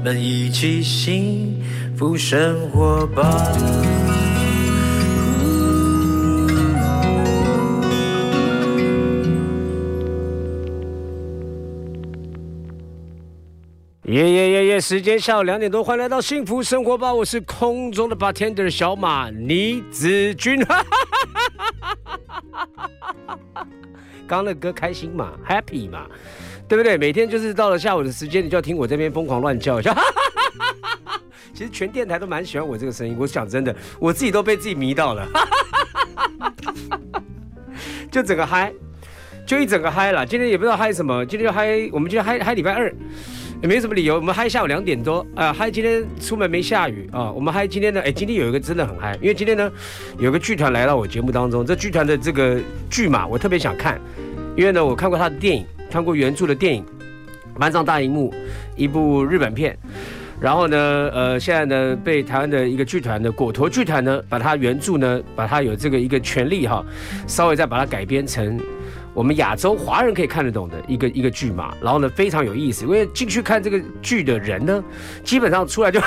们一起幸福生活吧。 耶！时间下午2点多，欢迎来到幸福生活吧，我是空中的 bartender 小马倪子君。刚刚那歌开心嘛 ，happy 嘛，对不对？每天就是到了下午的时间，你就要聽我這邊瘋狂亂叫一下。其實全電台都蠻喜歡我這個聲音，我講真的，我自己都被自己迷到了，就整個嗨，就一整個嗨啦。今天也不知道嗨什麼，今天就嗨，我們今天嗨禮拜2。也没什么理由，我们嗨下午2點多嗨今天出門沒下雨啊。我們嗨今天呢，今天有一個真的很嗨，因為今天呢有個劇團來到我節目當中，這劇團的這個劇碼我特別想看，因為呢我看過他的電影，看過原著的電影，搬上大熒幕，一部日本片。然後呢，現在呢被台灣的一個劇團的果陀劇團呢，把它原著呢，把它有這個一個權利哈，稍微再把它改編成我們亞洲華人可以看得懂的一個劇碼，然後呢非常有意思，因為進去看這個劇的人呢，基本上出來就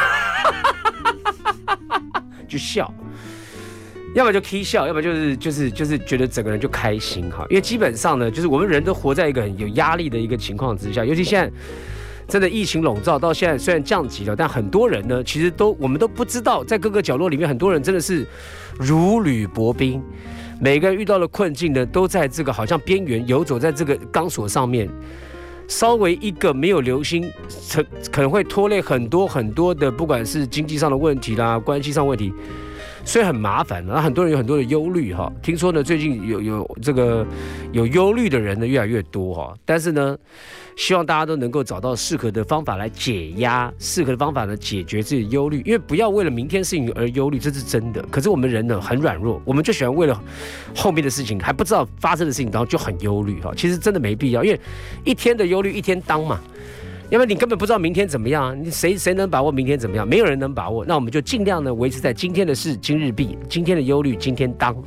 就笑，要麼就 k 笑，要麼就是覺得整個人就開心哈，因為基本上呢，就是我們人都活在一個很有壓力的一個情況之下，尤其現在真的疫情籠罩到現在，雖然降級了，但很多人呢，其實我們都不知道，在各個角落裡面，很多人真的是如履薄冰。每個人遇到的困境呢，都在這個好像邊緣游走在這個鋼索上面，稍微一個沒有留心，可能會拖累很多很多的，不管是經濟上的問題啦，關係上問題，所以很麻煩。然後很多人有很多的憂慮哈，聽說呢最近有這個有憂慮的人呢越來越多哈，但是呢，希望大家都能夠找到適合的方法來解壓，適合的方法來解決自己的憂慮，因為不要為了明天事情而憂慮，這是真的。可是我們人呢很軟弱，我們就喜歡為了後面的事情還不知道發生的事情，然後就很憂慮哈。其實真的沒必要，因為一天的憂慮一天當嘛，因為你根本不知道明天怎麼樣，你誰能把握明天怎麼樣？沒有人能把握，那我們就盡量呢維持在今天的事今日畢，今天的憂慮今天當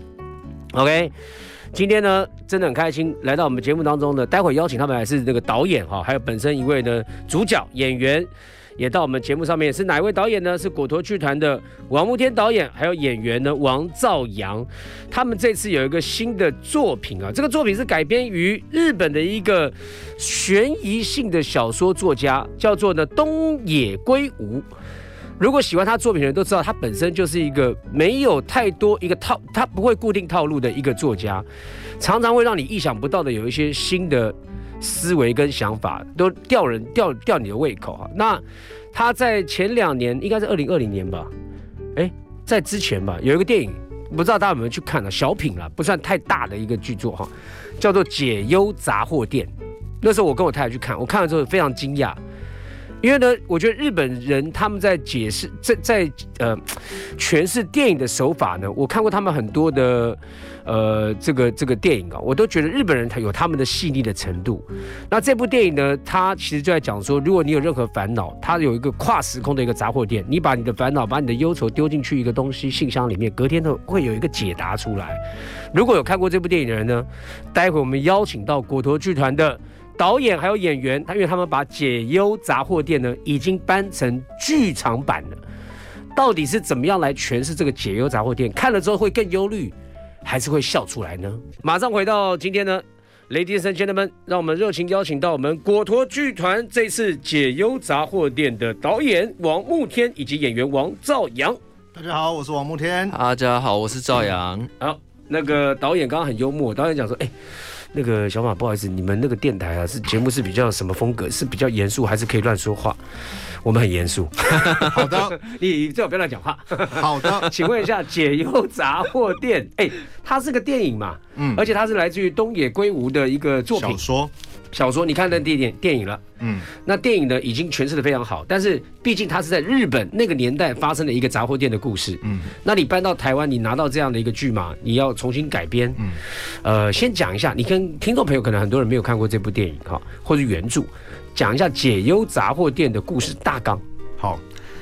，OK。今天呢，真的很開心來到我們節目當中呢，待會邀請他們來是那個導演哈，還有本身一位呢主角演員，也到我們節目上面。是哪一位導演呢？是果陀劇團的王慕天導演，還有演員呢王兆陽。他們這次有一個新的作品啊，這個作品是改編於日本的一個懸疑性的小說作家，叫做呢東野圭吾。如果喜歡他作品的人都知道，他本身就是一個沒有太多一個他不會固定套路的一個作家，常常會讓你意想不到的有一些新的思維跟想法，都吊你的胃口。那他在前2年，應該是2020年吧，在之前吧，有一個電影，不知道大家有沒有去看，小品啦，不算太大的一個劇作，叫做《解憂雜貨店》。那時候我跟我太太去看，我看了之後非常驚訝。因為呢，我覺得日本人他們在解釋在詮釋電影的手法呢，我看過他們很多的這個電影啊，我都覺得日本人有他們的細膩的程度。那這部電影呢，它其實就在講說，如果你有任何煩惱，它有一個跨時空的一個雜貨店，你把你的煩惱、把你的憂愁丟進去一個東西信箱裡面，隔天呢會有一個解答出來。如果有看過這部電影的人呢，待會我們邀請到果陀劇團的導演還有演員，因為他們把解憂雜貨店呢已經搬成劇場版了。到底是怎麼樣來詮釋這個解憂雜貨店？看了之後會更憂慮，還是會笑出來呢？馬上回到今天呢 ，Ladies and Gentlemen， 讓我們熱情邀請到我們果陀劇團這次解憂雜貨店的導演王慕天以及演員王兆陽。 大家好，我是王慕天。 大家好，我是兆陽。 好，那個導演剛剛很幽默，導演講說，那個小馬，不好意思，你們那個電台啊，是節目是比較什麼風格？是比較嚴肅，還是可以亂說話？我們很嚴肅。 好的， 你最好不要亂講話。 好的， 請問一下，解憂雜貨店，它是個電影嘛？而且它是來自於東野圭吾的一個作品。小說你看那電影了，那電影呢已經詮釋得非常好，但是畢竟它是在日本那個年代發生的一個雜貨店的故事，那你搬到台灣，你拿到這樣的一個劇碼，你要重新改編，先講一下，你跟聽眾朋友可能很多人沒有看過這部電影哈，或者原著，講一下解憂雜貨店的故事大綱。 好。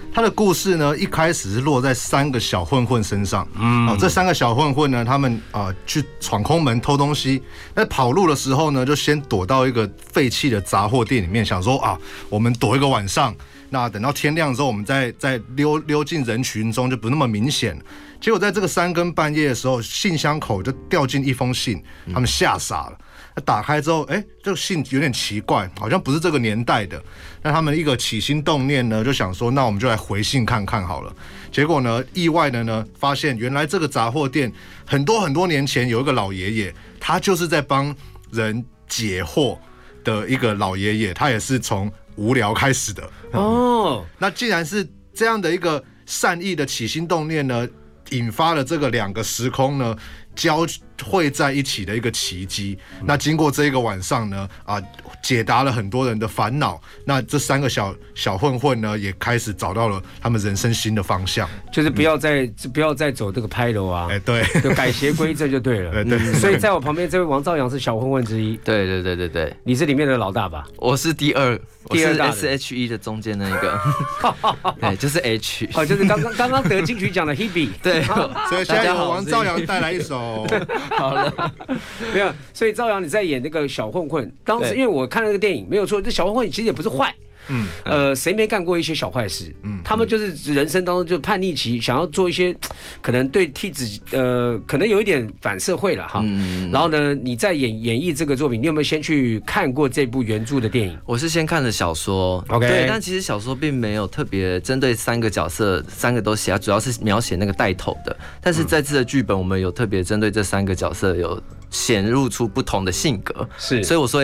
他的故事呢，一开始是落在3个小混混身上。这3个小混混呢，他们去闯空门偷东西，在跑路的时候呢，就先躲到一个废弃的杂货店里面，想说我们躲一个晚上，那等到天亮之后，我们再溜进人群中，就不那么明显。结果在这个3更半夜的时候，信箱口就掉进一封信，他们吓傻了。打开之后，这个信有点奇怪，好像不是这个年代的。那他们一个起心动念呢，就想说，那我们就来回信看看好了。结果呢，意外的呢，发现原来这个杂货店很多年前有一个老爷爷，他就是在帮人解惑的一个老爷爷，他也是从无聊开始的。那既然是这样的一个善意的起心动念呢，引发了这个2个时空呢交汇在一起的一个奇迹。那经过这一个晚上呢，解答了很多人的烦恼。那这3个小混混呢，也开始找到了他们人生新的方向， 就是不要再走这个拍楼啊， 对， 就改邪归正就对了。 对。 所以在我旁边这位王兆阳是小混混之一。 对， 你是里面的老大吧？ 我是第二大的 SHE 的中间那一个，对，就是 H， 就是刚刚得金曲奖的 Hebe。 对， 所以现在由王兆阳带来一首。 好了， 没有，所以兆阳你在演那个小混混，当时因为我看那个电影没有错，这小混混其实也不是坏。谁没干过一些小坏事？他们就是人生当中就叛逆期，想要做一些可能对替自己可能有一点反社会了哈。然后呢，你在演绎这个作品，你有没有先去看过这部原著的电影？ 我是先看了小说 ，OK， 对，但其实小说并没有特别针对3个角色，3个都写，它主要是描写那个带头的。但是这次的剧本，我们有特别针对这3个角色有显露出不同的性格， 是， 所以我说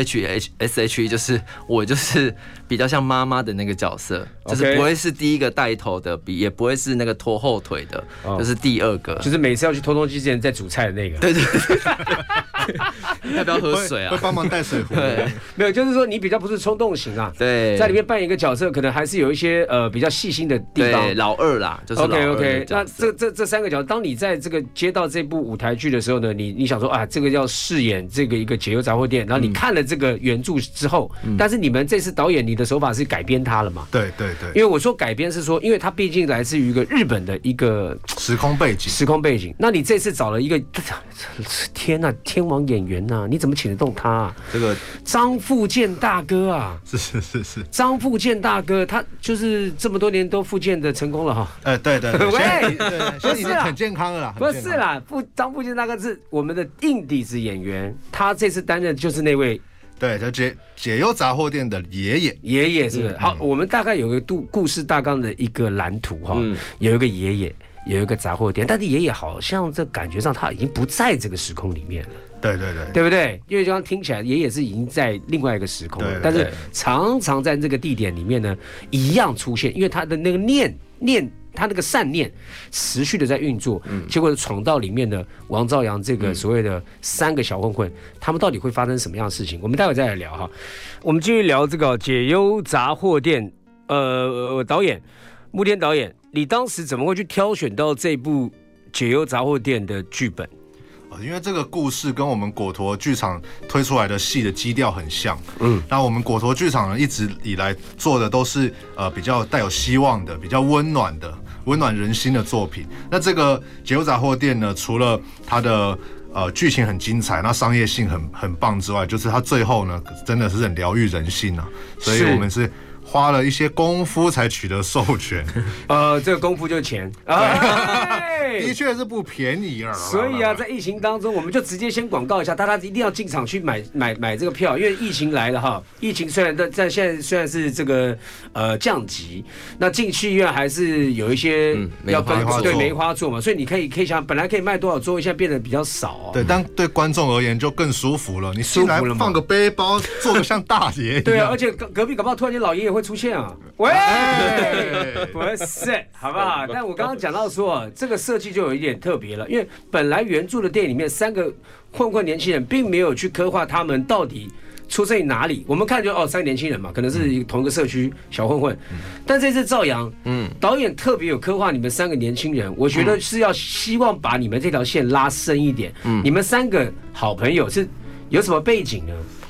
SHE 就是我就是比较像妈妈的那个角色，就是不会是第一个带头的，也不会是那个拖后腿的，就是第2个， 就是每次要去偷东西之前在煮菜的那个。 对。要不要喝水啊？ 会帮忙带水壶。 对， 没有，就是说你比较不是冲动型啊。 对， 在里面扮演一个角色，可能还是有一些比较细心的地方。 对，老二啦，就是老二。 OK， 那这3个角色，当你在这个接到这部舞台剧的时候呢，你想说这个要饰演这个一个解忧杂货店，然后你看了这个原著之后，但是你们这次导演你的手法是改编它了嘛？ 对。 因为我说改编是说，因为它毕竟来自于一个日本的一个时空背景。 那你这次找了一个，天哪，天王演员呐，你怎么请得动他啊？ 这个张复健大哥啊， 是。 张复健大哥，他就是这么多年都复健的成功了哈。 对。 喂， 现在已经很健康了啦。 不是啦，张复健大哥是我们的硬底子演员，他这次担任就是那位。 对，就解忧杂货店的爷爷是不是？好，我们大概有个故事大纲的一个蓝图哈，有一个爷爷，有一个杂货店，但是爷爷好像这感觉上他已经不在这个时空里面了。对不对？因为刚刚听起来爷爷是已经在另外一个时空了，但是常常在这个地点里面呢一样出现，因为他的那个念。他那个善念持续的在运作，结果闯到里面的王兆阳这个所谓的3个小混混，他们到底会发生什么样的事情？我们待会再来聊哈。我们继续聊这个解忧杂货店，导演慕天导演，你当时怎么会去挑选到这部解忧杂货店的剧本？ 因为这个故事跟我们果陀剧场推出来的戏的基调很像，那我们果陀剧场呢一直以来做的都是比较带有希望的、比较温暖人心的作品。那这个解忧杂货店呢，除了它的剧情很精彩，那商业性很棒之外，就是它最后呢真的是很疗愈人心啊，所以我们是花了一些功夫才取得授权。 这个功夫就是钱。 的确是不便宜啊。 所以在疫情当中，我们就直接先广告一下，大家一定要进场去买这个票，因为疫情来了哈。疫情虽然在现在虽然是这个降级，那进戏院还是有一些要跟梅花座嘛，所以你可以想，本来可以卖多少座位，现在变得比较少。 对，但对观众而言就更舒服了。你进来放个背包，坐个像大爷一样。 对啊，而且隔壁搞不好突然间老爷爷会出现啊。喂，不是，好不好？但我刚刚讲到说，这个设计就有一点特别了，因为本来原著的电影里面3个混混年轻人并没有去刻画他们到底出生于哪里，我们看就3个年轻人嘛，可能是同一个社区小混混。但这次兆阳，导演特别有刻画你们3个年轻人，我觉得是要希望把你们这条线拉深一点。你们3个好朋友是有什么背景呢？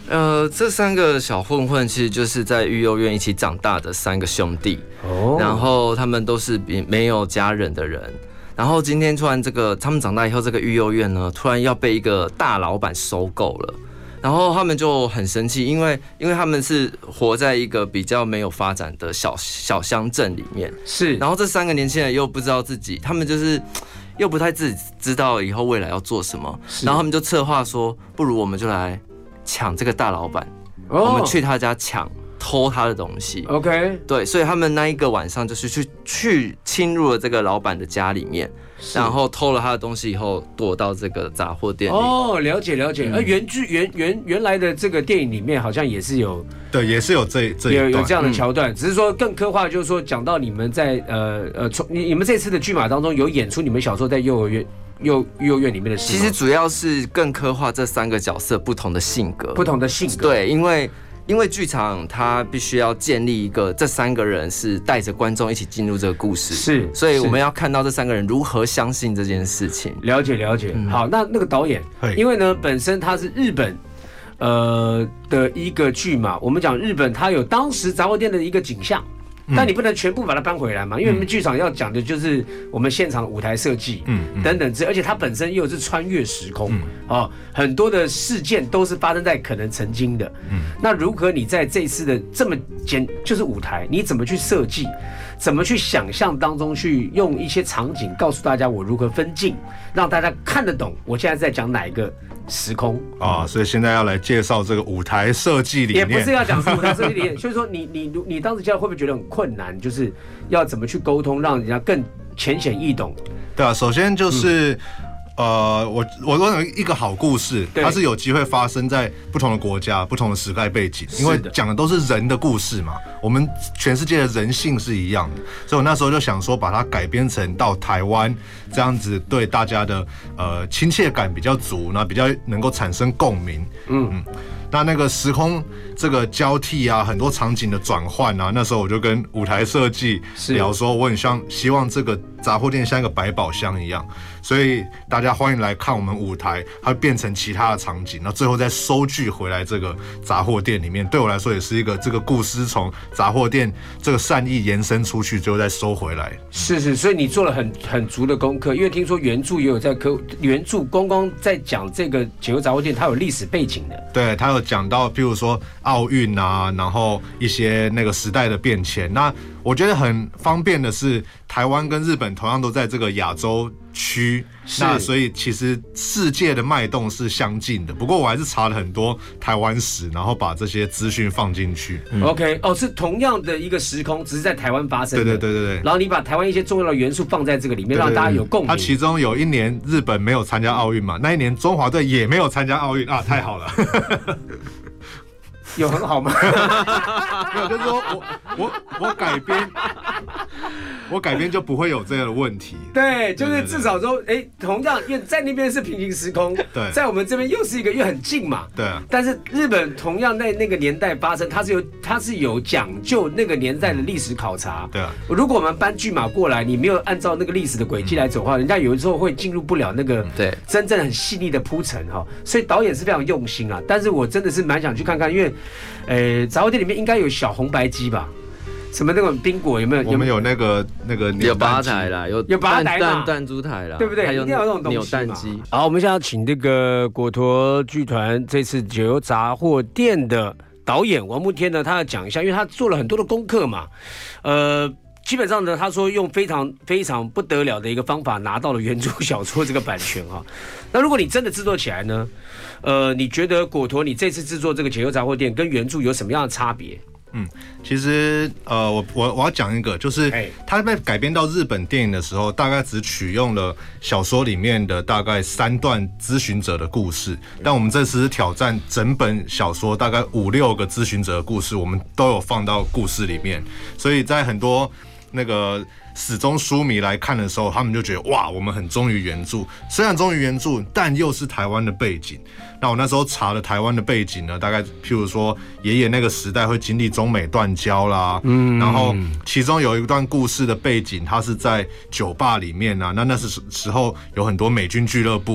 这3个小混混其实就是在育幼院一起长大的3个兄弟，然后他们都是没有家人的人。然后今天突然他们长大以后，这个育幼院呢，突然要被一个大老板收购了。然后他们就很生气，因为他们是活在一个比较没有发展的小乡镇里面， 是。 然后这3个年轻人又不知道自己，他们就是又不太自己知道以后未来要做什么，然后他们就策划说，不如我们就来抢这个大老板，我们去他家偷他的东西。 OK， 对，所以他们那一个晚上就是去侵入了这个老板的家里面，然后偷了他的东西以后，躲到这个杂货店里。 了解。原来的这个电影里面好像也是有， 对，也是有这一段有这样的桥段，只是说更刻画，就是说讲到你们在你们这次的剧码当中有演出你们小时候在幼儿园里面的事吗？ 其实主要是更刻画这3个角色不同的性格。 对， 因为剧场它必须要建立一个这3个人是带着观众一起进入这个故事， 是， 所以我们要看到这3个人如何相信这件事情。 了解。好，那个导演，因为呢本身他是日本的一个剧嘛，我们讲日本它有当时杂货店的一个景象。但你不能全部把它搬回来嘛，因为我们剧场要讲的就是我们现场舞台设计，等等而且它本身又是穿越时空，很多的事件都是发生在可能曾经的，那如何你在这一次的这么就是舞台，你怎么去设计，怎么去想象当中去用一些场景告诉大家我如何分镜，让大家看得懂我现在在讲哪一个时空啊？所以现在要来介绍这个舞台设计理念， 也不是要讲舞台设计理念，所以说你当时教会不会觉得很困难？就是要怎么去沟通，让人家更浅显易懂？ 对啊，首先就是。我有一个好故事，它是有机会发生在不同的国家、不同的时代背景，因为讲的都是人的故事嘛。我们全世界的人性是一样的，所以我那时候就想说，把它改编成到台湾这样子，对大家的亲切感比较足，然后比较能够产生共鸣。那个时空这个交替啊，很多场景的转换啊，那时候我就跟舞台设计聊说，我很希望这个杂货店像一个百宝箱一样，所以大家欢迎来看我们舞台，它会变成其他的场景，然后最后再收据回来这个杂货店里面。对我来说也是一个这个故事从杂货店这个善意延伸出去，最后再收回来。 是，所以你做了很足的功课，因为听说原著也有原著光在讲这个解忧杂货店，它有历史背景的。 对，它有讲到，譬如说奥运啊，然后一些那个时代的变迁。那我觉得很方便的是，台湾跟日本同样都在这个亚洲区，那所以其实世界的脉动是相近的。不过我还是查了很多台湾史，然后把这些资讯放进去。 OK， 是同样的一个时空，只是在台湾发生的。 对。 然后你把台湾一些重要的元素放在这个里面，让大家有共鸣。 它其中有一年日本没有参加奥运嘛，那一年中华队也没有参加奥运啊，太好了。 有很好吗？ 没有，就是说我改编就不会有这样的问题。 对，就是至少说，同样，因为在那边是平行时空， 对， 在我们这边又是一个，又很近嘛， 对。 但是日本同样在那个年代发生，它是有讲究那个年代的历史考察。 对啊。 如果我们搬剧码过来，你没有按照那个历史的轨迹来走的话，人家有的时候会进入不了那个真正很细腻的铺陈哈。所以导演是非常用心啊。但是我真的是蛮想去看看，因为。杂货店里面应该有小红白机吧？什么那种冰果有没有？ 我们有那个有吧台啦，有吧台嘛， 弹珠台啦， 对不对？ 还有一定要有那种东西扭蛋机。 好，我们现在要请这个果陀剧团这次解忧杂货店的导演王慕天呢，他要讲一下，因为他做了很多的功课嘛，基本上呢，他说用非常非常不得了的一个方法拿到了原著小说这个版权哈。那如果你真的制作起来呢，你觉得果陀你这次制作这个解忧杂货店跟原著有什么样的差别？ 其实我要讲一个，就是他被改编到日本电影的时候，大概只取用了小说里面的大概3段咨询者的故事，但我们这次是挑战整本小说大概5-6个咨询者的故事，我们都有放到故事里面，所以在很多那个死忠书迷来看的时候，他们就觉得哇，我们很忠于原著，虽然忠于原著，但又是台湾的背景。那我那时候查了台湾的背景呢，大概譬如说爷爷那个时代会经历中美断交啦，然后其中有一段故事的背景，它是在酒吧里面啊，那时候有很多美军俱乐部。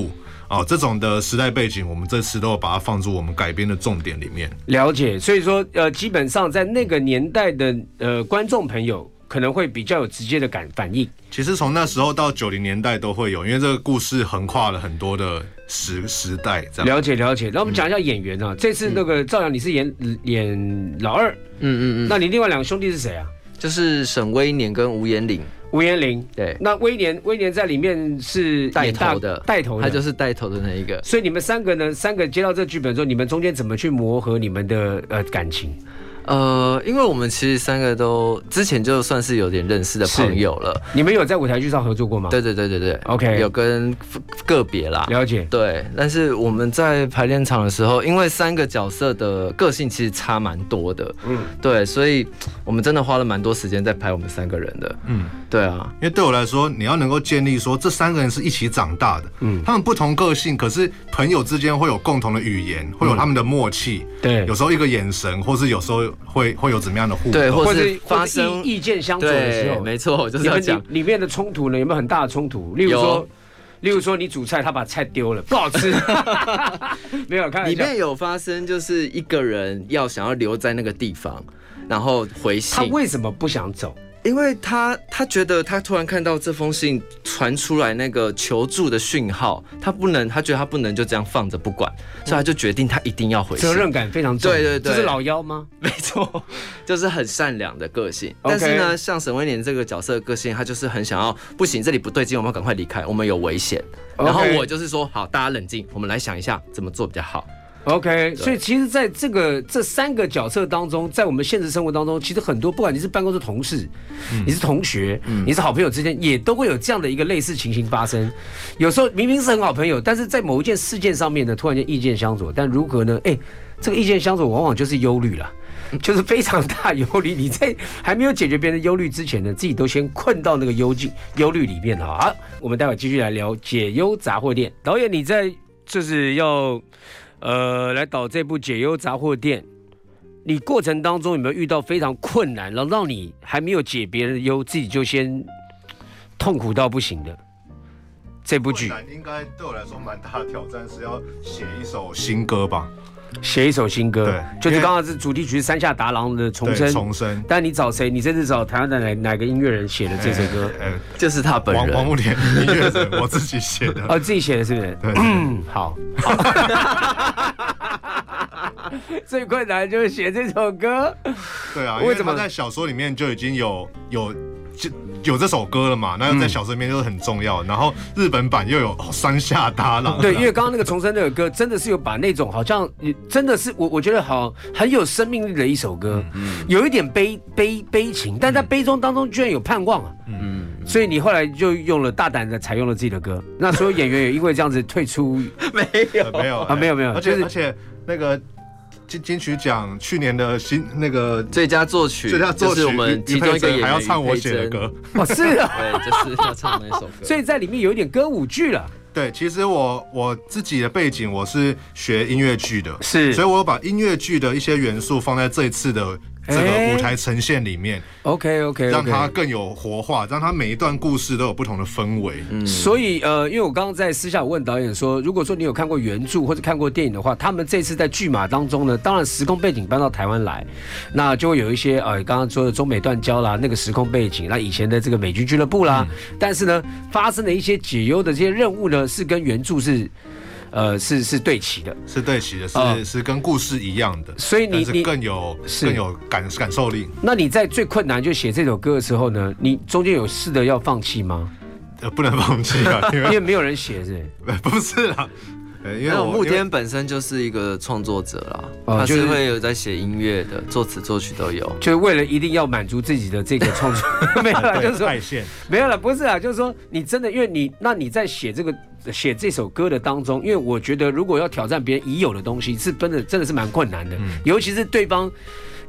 这种的时代背景，我们这次都有把它放入我们改编的重点里面。 了解，所以说基本上在那个年代的观众朋友可能会比较有直接的反应。 其实从那时候到90年代都会有，因为这个故事横跨了很多的时代。这样了解。那我们讲一下演员啊，这次那个赵阳你是演老二，那你另外2个兄弟是谁啊？ 就是沈威年跟吴延龄。 吴延龄， 对， 那威年在里面是带头的， 他就是带头的那一个。 所以你们3个呢，3个接到这个剧本之后，你们中间怎么去磨合你们的感情？ 因为我们其实3个都之前就算是有点认识的朋友了。 你们有在舞台剧上合作过吗？ 对 ，OK， 有跟个别啦， 了解。 对，但是我们在排练场的时候，因为3个角色的个性其实差蛮多的，对，所以我们真的花了蛮多时间在排我们3个人的，对啊， 因为对我来说，你要能够建立说这3个人是一起长大的，他们不同个性，可是朋友之间会有共同的语言，会有他们的默契， 对， 有时候一个眼神，或是有时候会有怎么样的互动， 对，或是发生意见相左的时候， 没错，就是要讲里面的冲突呢，有没有很大的冲突？例如说你煮菜，他把菜丢了，不好吃，没有看。 里面有发生，就是一个人想要留在那个地方，然后回信。 他为什么不想走？ 因为他觉得他突然看到这封信传出来那个求助的讯号，他觉得他不能就这样放着不管，所以他就决定他一定要回信。 责任感非常重。 对， 这是老妖吗？ 没错，就是很善良的个性。但是呢，像沈威年这个角色的个性，他就是很想要，不行，这里不对劲，我们要赶快离开，我们有危险。然后我就是说，好，大家冷静，我们来想一下怎么做比较好。 OK， 所以其实在这3个角色当中，在我们现实生活当中，其实很多，不管你是办公室同事，你是同学，你是好朋友之间，也都会有这样的一个类似情形发生。有时候明明是很好朋友，但是在某一件事件上面呢，突然间意见相左，但如何呢？这个意见相左往往就是忧虑了，就是非常大忧虑。你在还没有解决别人的忧虑之前呢，自己都先困到那个忧虑里面了。好，我们待会继续来聊解忧杂货店。导演，你在就是要来导这部解忧杂货店，你过程当中有没有遇到非常困难，然后让你还没有解别人的忧，自己就先痛苦到不行的这部剧？ 应该对我来说蛮大的挑战，是要写一首新歌吧。 写一首新歌， 对， 就是刚刚是主题曲是山下达郎的重生。但你找谁？你这次找台湾的哪个音乐人写的这首歌？ 就是他本人， 王牧田音乐人，我自己写的。 自己写的是不是？ 对， 好。最困难就是写这首歌。 对啊，因为他在小说里面就已经有这首歌了嘛，那在小说里面就是很重要。然后日本版又有山下达郎， 对，因为刚刚那个重生那个歌真的是有把那种好像真的是我觉得很有生命力的一首歌，有一点悲情，但在悲中当中居然有盼望啊。所以你后来就大胆的采用了自己的歌，那所有演员也因为这样子退出？ 没有， 而且那个。金曲奖去年的那个最佳作曲，就是我们其中一个演员还要唱我写的歌。 是啊， 对，就是要唱那首歌。 所以在里面有一点歌舞剧了。 对，其实我自己的背景我是学音乐剧的， 是， 所以我有把音乐剧的一些元素放在这一次的这个舞台呈现里面。 OK， 让它更有活化，让它每一段故事都有不同的氛围。 所以因为我刚刚在私下问导演说，如果说你有看过原著或者看过电影的话，他们这次在剧码当中呢，当然时空背景搬到台湾来，那就会有一些刚刚说的中美断交啦，那个时空背景，那以前的这个美军俱乐部啦，但是呢，发生的一些解忧的这些任务呢，是跟原著是对齐的， 是跟故事一样的， 所以你更有感受力。 那你在最困难就写这首歌的时候呢，你中间有试着要放弃吗？ 不能放弃啊， 因为没有人写是？ 不是啦。 因为慕天本身就是一个创作者啦，他是会有在写音乐的，作词作曲都有， 就是为了一定要满足自己的这个创作，没有啦，就是说没有啦，不是啦，就是说你真的，因为你在写这首歌的当中，因为我觉得如果要挑战别人已有的东西，是真的是蛮困难的，尤其是对方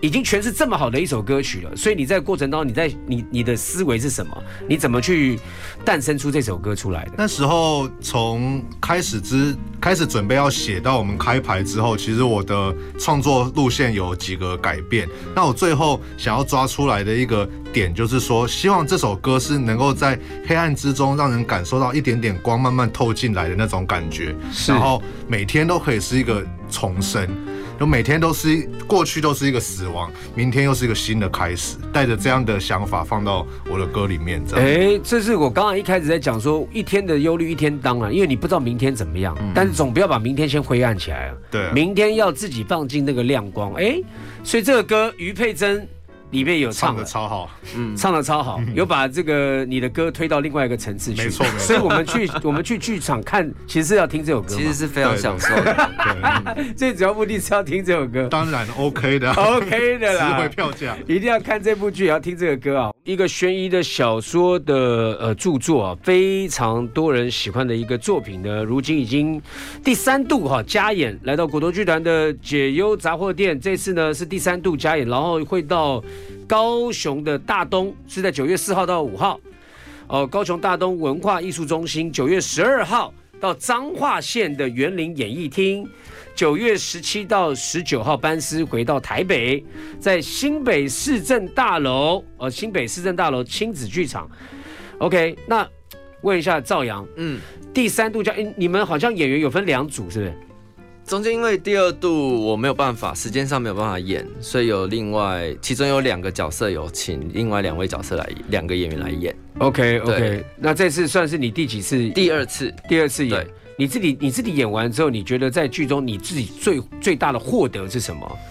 已经诠释这么好的一首歌曲了，所以你在过程当中，你的思维是什么？你怎么去诞生出这首歌出来的？ 那时候从开始准备要写到我们开排之后，其实我的创作路线有几个改变。那我最后想要抓出来的一个点就是说，希望这首歌是能够在黑暗之中让人感受到一点点光慢慢透进来的那种感觉，然后每天都可以是一个重生。就每天过去都是一个死亡，明天又是一个新的开始，带着这样的想法放到我的歌里面。 这是我刚刚一开始在讲说，一天的忧虑一天当然，因为你不知道明天怎么样，但是总不要把明天先灰暗起来啊。 对， 明天要自己放进那个亮光。所以这个歌于佩珍里面有唱的超好， 唱的超好，有把这个你的歌推到另外一个层次去。 没错。 所以我们去剧场看，其实是要听这首歌， 其实是非常享受的。 最主要目的是要听这首歌， 当然 OK 的 ，OK 的啦， 值回票价， 一定要看这部剧，也要听这个歌啊。一个悬疑的小说的著作啊，非常多人喜欢的一个作品呢，如今已经第3度加演来到果陀剧团的解忧杂货店，这次呢是第3度加演，然后会到高雄的大东，是在9月4号到5号，高雄大东文化艺术中心9月12号到彰化县的园林演艺厅。9月17到19号班师回到台北，在新北市政大楼亲子剧场。OK， 那问一下赵阳，第3度加，你们好像演员有分2组，是不是？ 中间因为第2度我没有办法，时间上没有办法演，所以其中有2个角色有请另外2位角色2个演员来演。 OK， 那这次算是你第几次？ 第2次演。 你自己演完之后，你觉得在剧中你自己最大的获得是什么？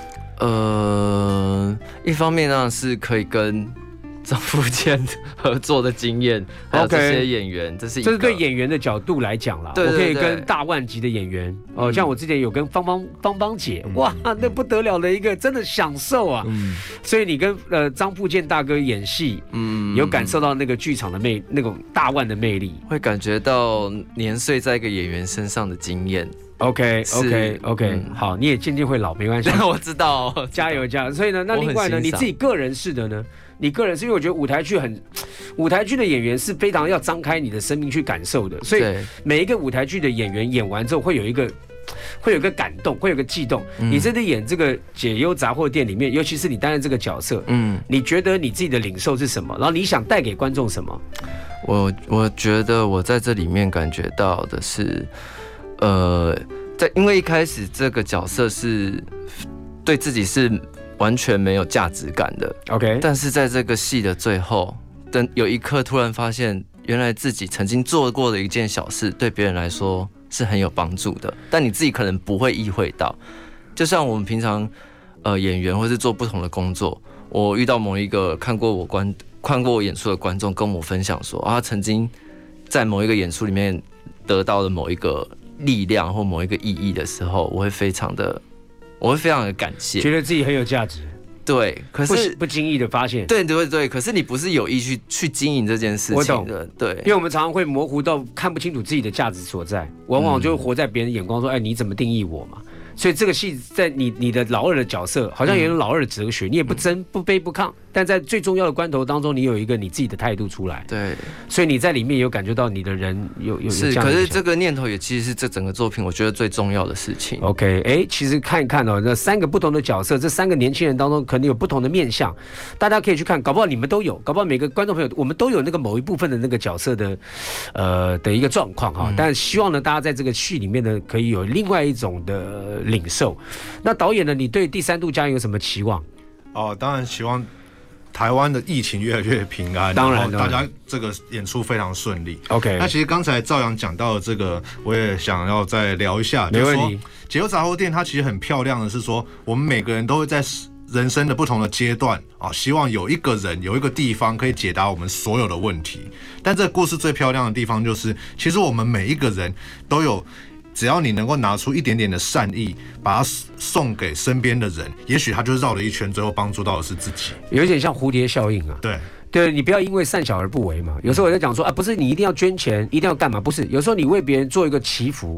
一方面当然是可以跟张富健合作的经验，还有这些演员，这是对演员的角度来讲啦。我可以跟大万级的演员像我之前有跟芳芳姐，哇，那不得了的一个，真的享受啊。所以你跟张富健大哥演戏，有感受到那个剧场的那种大腕的魅力， 会感觉到年岁在一个演员身上的经验。 OK， 好，你也渐渐会老，没关系。 我知道， 加油。所以呢，那另外呢，你自己个人式的呢？你个人是因为我觉得舞台剧的演员是非常要张开你的生命去感受的，所以每一个舞台剧的演员演完之后会有一个感动，会有一个悸动。你真的演这个解忧杂货店里面，尤其是你担任这个角色，你觉得你自己的领受是什么？然后你想带给观众什么？ 我觉得我在这里面感觉到的是，因为一开始这个角色是对自己是完全没有价值感的 ，OK， 但是在这个戏的最后，等有一刻突然发现，原来自己曾经做过的一件小事，对别人来说是很有帮助的，但你自己可能不会意会到。就像我们平常演员或是做不同的工作，我遇到某一个看过我演出的观众跟我分享说，他曾经在某一个演出里面得到了某一个力量或某一个意义的时候，我会非常的感谢， 觉得自己很有价值。 对，可是不经意的发现。 对，可是你不是有意去经营这件事情的。 我懂，对，因为我们常常会模糊到看不清楚自己的价值所在，往往就活在别人的眼光说，你怎么定义我嘛？所以这个戏在你的老二的角色，好像有种老二的哲学，你也不争不卑不亢，但在最重要的关头当中，你有一个你自己的态度出来。 对， 所以你在里面有感觉到你的人有是，可是这个念头也其实是这整个作品我觉得最重要的事情。 OK， 其实看一看那3个不同的角色，这3个年轻人当中可能有不同的面向，大家可以去看，搞不好你们都有，搞不好每个观众朋友我们都有那个某一部分的那个角色的一个状况哈。但希望呢，大家在这个戏里面呢，可以有另外一种的领受。那导演呢？你对第3度加有什么期望？ 当然希望台湾的疫情越来越平安， 当然大家这个演出非常顺利。 OK， 那其实刚才赵阳讲到的这个，我也想要再聊一下。 没问题。 解忧杂货店它其实很漂亮的是说，我们每个人都会在人生的不同的阶段希望有一个人有一个地方可以解答我们所有的问题。但这个故事最漂亮的地方就是，其实我们每一个人都有。只要你能够拿出一点点的善意，把它送给身边的人，也许他就绕了一圈，最后帮助到的是自己。 有一点像蝴蝶效应啊。对，你不要因为善小而不为嘛。有时候我在讲说不是你一定要捐钱，一定要干嘛？不是，有时候你为别人做一个祈福，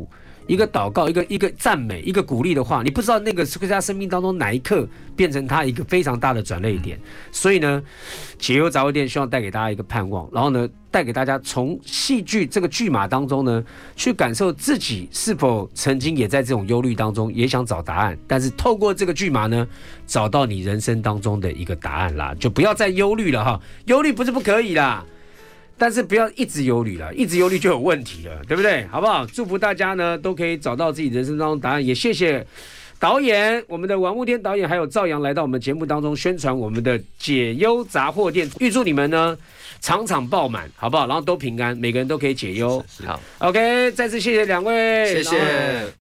一个祷告，一个赞美，一个鼓励的话，你不知道那个是在他生命当中哪一刻变成他一个非常大的转捩点。所以呢，解忧杂货店希望带给大家一个盼望，然后呢，带给大家从戏剧这个剧码当中呢，去感受自己是否曾经也在这种忧虑当中，也想找答案，但是透过这个剧码呢，找到你人生当中的一个答案啦，就不要再忧虑了哈，忧虑不是不可以啦。但是不要一直忧虑了，一直忧虑就有问题了，对不对？好不好？祝福大家呢都可以找到自己人生当中的答案，也谢谢导演，我们的王慕天导演还有赵阳来到我们节目当中宣传我们的解忧杂货店，预祝你们呢场场爆满，好不好？然后都平安，每个人都可以解忧。 好 ，OK， 再次谢谢两位， 谢谢。